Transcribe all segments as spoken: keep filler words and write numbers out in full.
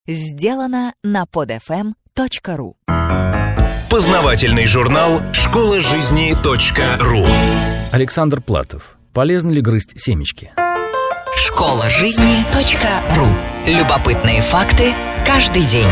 Сделано на под эф эм точка ру. Познавательный журнал школа жизни точка ру. Александр Платов. Полезно ли грызть семечки? школа жизни точка ру. Любопытные факты каждый день.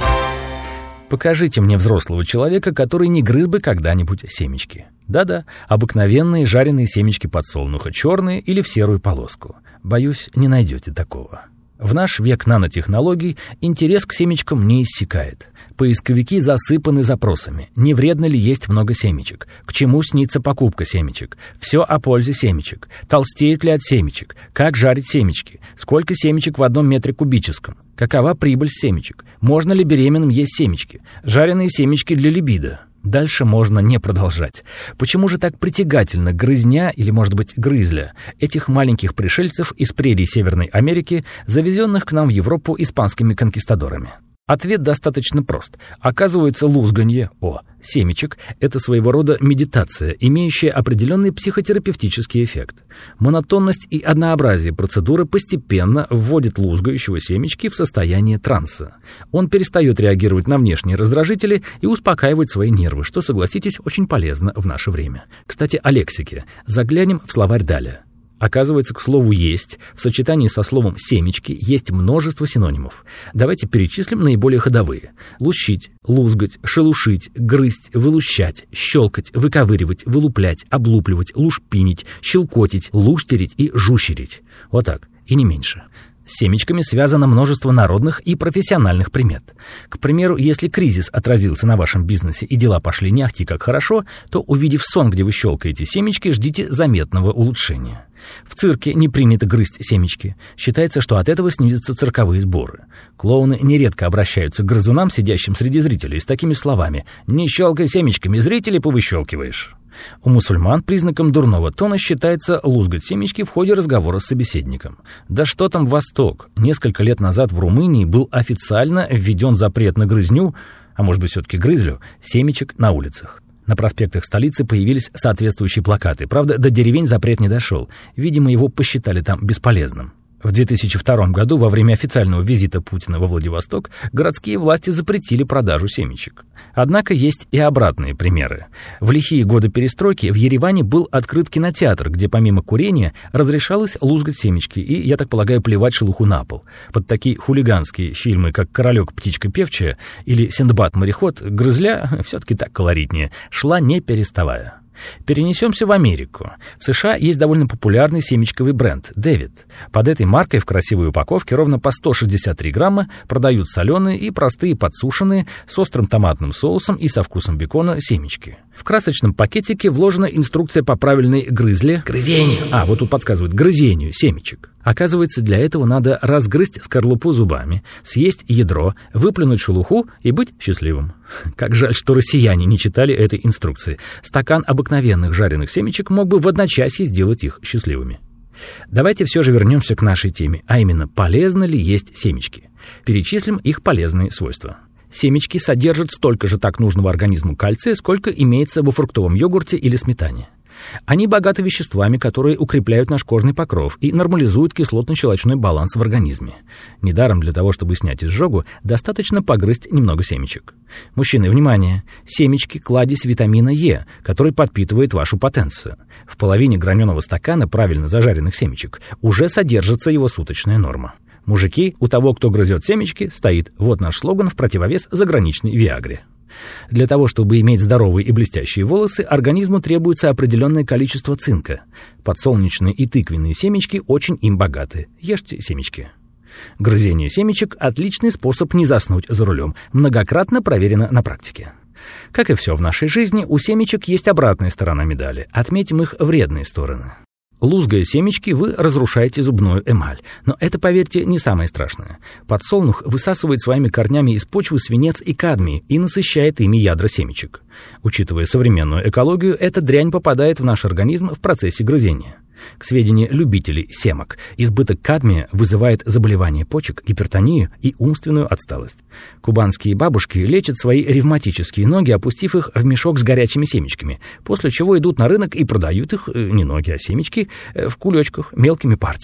Покажите мне взрослого человека, который не грыз бы когда-нибудь семечки. Да-да, обыкновенные жареные семечки подсолнуха, черные или в серую полоску. Боюсь, не найдете такого. В наш век нанотехнологий интерес к семечкам не иссякает. Поисковики засыпаны запросами. Не вредно ли есть много семечек? К чему снится покупка семечек? Все о пользе семечек. Толстеют ли от семечек? Как жарить семечки? Сколько семечек в одном метре кубическом? Какова прибыль семечек? Можно ли беременным есть семечки? Жареные семечки для либидо. Дальше можно не продолжать. Почему же так притягательна грызня, или, может быть, грызля, этих маленьких пришельцев из прерий Северной Америки, завезенных к нам в Европу испанскими конкистадорами? Ответ достаточно прост. Оказывается, лузганье, о, семечек – это своего рода медитация, имеющая определенный психотерапевтический эффект. Монотонность и однообразие процедуры постепенно вводит лузгающего семечки в состояние транса. Он перестает реагировать на внешние раздражители и успокаивает свои нервы, что, согласитесь, очень полезно в наше время. Кстати, о лексике. Заглянем в словарь Даля. Оказывается, к слову «есть» в сочетании со словом «семечки» есть множество синонимов. Давайте перечислим наиболее ходовые. Лущить, лузгать, шелушить, грызть, вылущать, щелкать, выковыривать, вылуплять, облупливать, лушпинить, щелкотить, луштерить и жущерить. Вот так, и не меньше. С семечками связано множество народных и профессиональных примет. К примеру, если кризис отразился на вашем бизнесе и дела пошли не ахти как хорошо, то, увидев сон, где вы щелкаете семечки, ждите заметного улучшения. В цирке не принято грызть семечки. Считается, что от этого снизятся цирковые сборы. Клоуны нередко обращаются к грызунам, сидящим среди зрителей, с такими словами: «Не щелкай семечками, зрителей повыщелкиваешь». У мусульман признаком дурного тона считается лузгать семечки в ходе разговора с собеседником. Да что там Восток? Несколько лет назад в Румынии был официально введен запрет на грызню, а может быть все-таки грызлю, семечек на улицах. На проспектах столицы появились соответствующие плакаты. Правда, до деревень запрет не дошел. Видимо, его посчитали там бесполезным. В две тысячи втором году, во время официального визита Путина во Владивосток, городские власти запретили продажу семечек. Однако есть и обратные примеры. В лихие годы перестройки в Ереване был открыт кинотеатр, где помимо курения разрешалось лузгать семечки и, я так полагаю, плевать шелуху на пол. Под такие хулиганские фильмы, как «Королек, птичка певчая» или «Синдбад-мореход», грызля, все-таки так колоритнее, шла не переставая. Перенесемся в Америку. В США есть довольно популярный семечковый бренд «Дэвид». Под этой маркой в красивой упаковке ровно по сто шестьдесят три грамма продают соленые и простые подсушенные с острым томатным соусом и со вкусом бекона семечки. В красочном пакетике вложена инструкция по правильной грызле... Грызению. А, вот тут подсказывают. Грызению семечек. Оказывается, для этого надо разгрызть скорлупу зубами, съесть ядро, выплюнуть шелуху и быть счастливым. Как жаль, что россияне не читали этой инструкции. Стакан обыкновенных жареных семечек мог бы в одночасье сделать их счастливыми. Давайте все же вернемся к нашей теме, а именно, полезно ли есть семечки. Перечислим их полезные свойства. Семечки содержат столько же так нужного организму кальция, сколько имеется во фруктовом йогурте или сметане. Они богаты веществами, которые укрепляют наш кожный покров и нормализуют кислотно-щелочной баланс в организме. Недаром для того, чтобы снять изжогу, достаточно погрызть немного семечек. Мужчины, внимание! Семечки – кладезь витамина Е, который подпитывает вашу потенцию. В половине граненого стакана правильно зажаренных семечек уже содержится его суточная норма. Мужики, у того, кто грызет семечки, стоит. Вот наш слоган в противовес заграничной виагре. Для того, чтобы иметь здоровые и блестящие волосы, организму требуется определенное количество цинка. Подсолнечные и тыквенные семечки очень им богаты. Ешьте семечки. Грызение семечек – отличный способ не заснуть за рулем. Многократно проверено на практике. Как и все в нашей жизни, у семечек есть обратная сторона медали. Отметим их вредные стороны. Лузгая семечки, вы разрушаете зубную эмаль. Но это, поверьте, не самое страшное. Подсолнух высасывает своими корнями из почвы свинец и кадмий и насыщает ими ядра семечек. Учитывая современную экологию, эта дрянь попадает в наш организм в процессе грызения. К сведению любителей семок, избыток кадмия вызывает заболевания почек, гипертонию и умственную отсталость. Кубанские бабушки лечат свои ревматические ноги, опустив их в мешок с горячими семечками, после чего идут на рынок и продают их, не ноги, а семечки, в кулечках, мелкими партиями.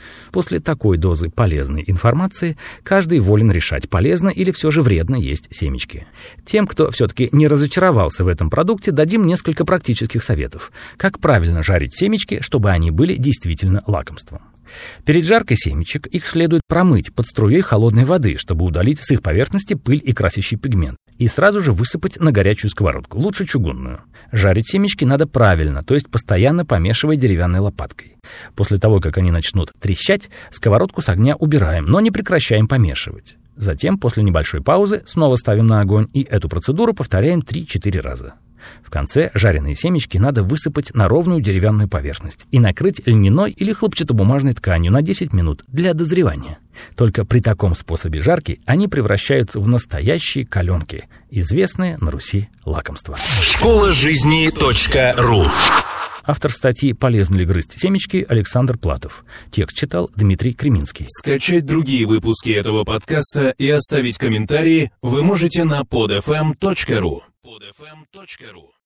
После такой дозы полезной информации каждый волен решать, полезно или все же вредно есть семечки. Тем, кто все-таки не разочаровался в этом продукте, дадим несколько практических советов. Как правильно жарить семечки, чтобы они были действительно лакомством. Перед жаркой семечек их следует промыть под струей холодной воды, чтобы удалить с их поверхности пыль и красящий пигмент, и сразу же высыпать на горячую сковородку, лучше чугунную. Жарить семечки надо правильно, то есть постоянно помешивая деревянной лопаткой. После того, как они начнут трещать, сковородку с огня убираем, но не прекращаем помешивать. Затем, после небольшой паузы, снова ставим на огонь, и эту процедуру повторяем три-четыре раза. В конце жареные семечки надо высыпать на ровную деревянную поверхность и накрыть льняной или хлопчатобумажной тканью на десять минут для дозревания. Только при таком способе жарки они превращаются в настоящие каленки, известные на Руси лакомства. школа жизни точка ру. Автор статьи «Полезно ли грызть семечки» Александр Платов. Текст читал Дмитрий Креминский. Скачать другие выпуски этого подкаста и оставить комментарии вы можете на под эф эм точка ру. под эф эм точка ру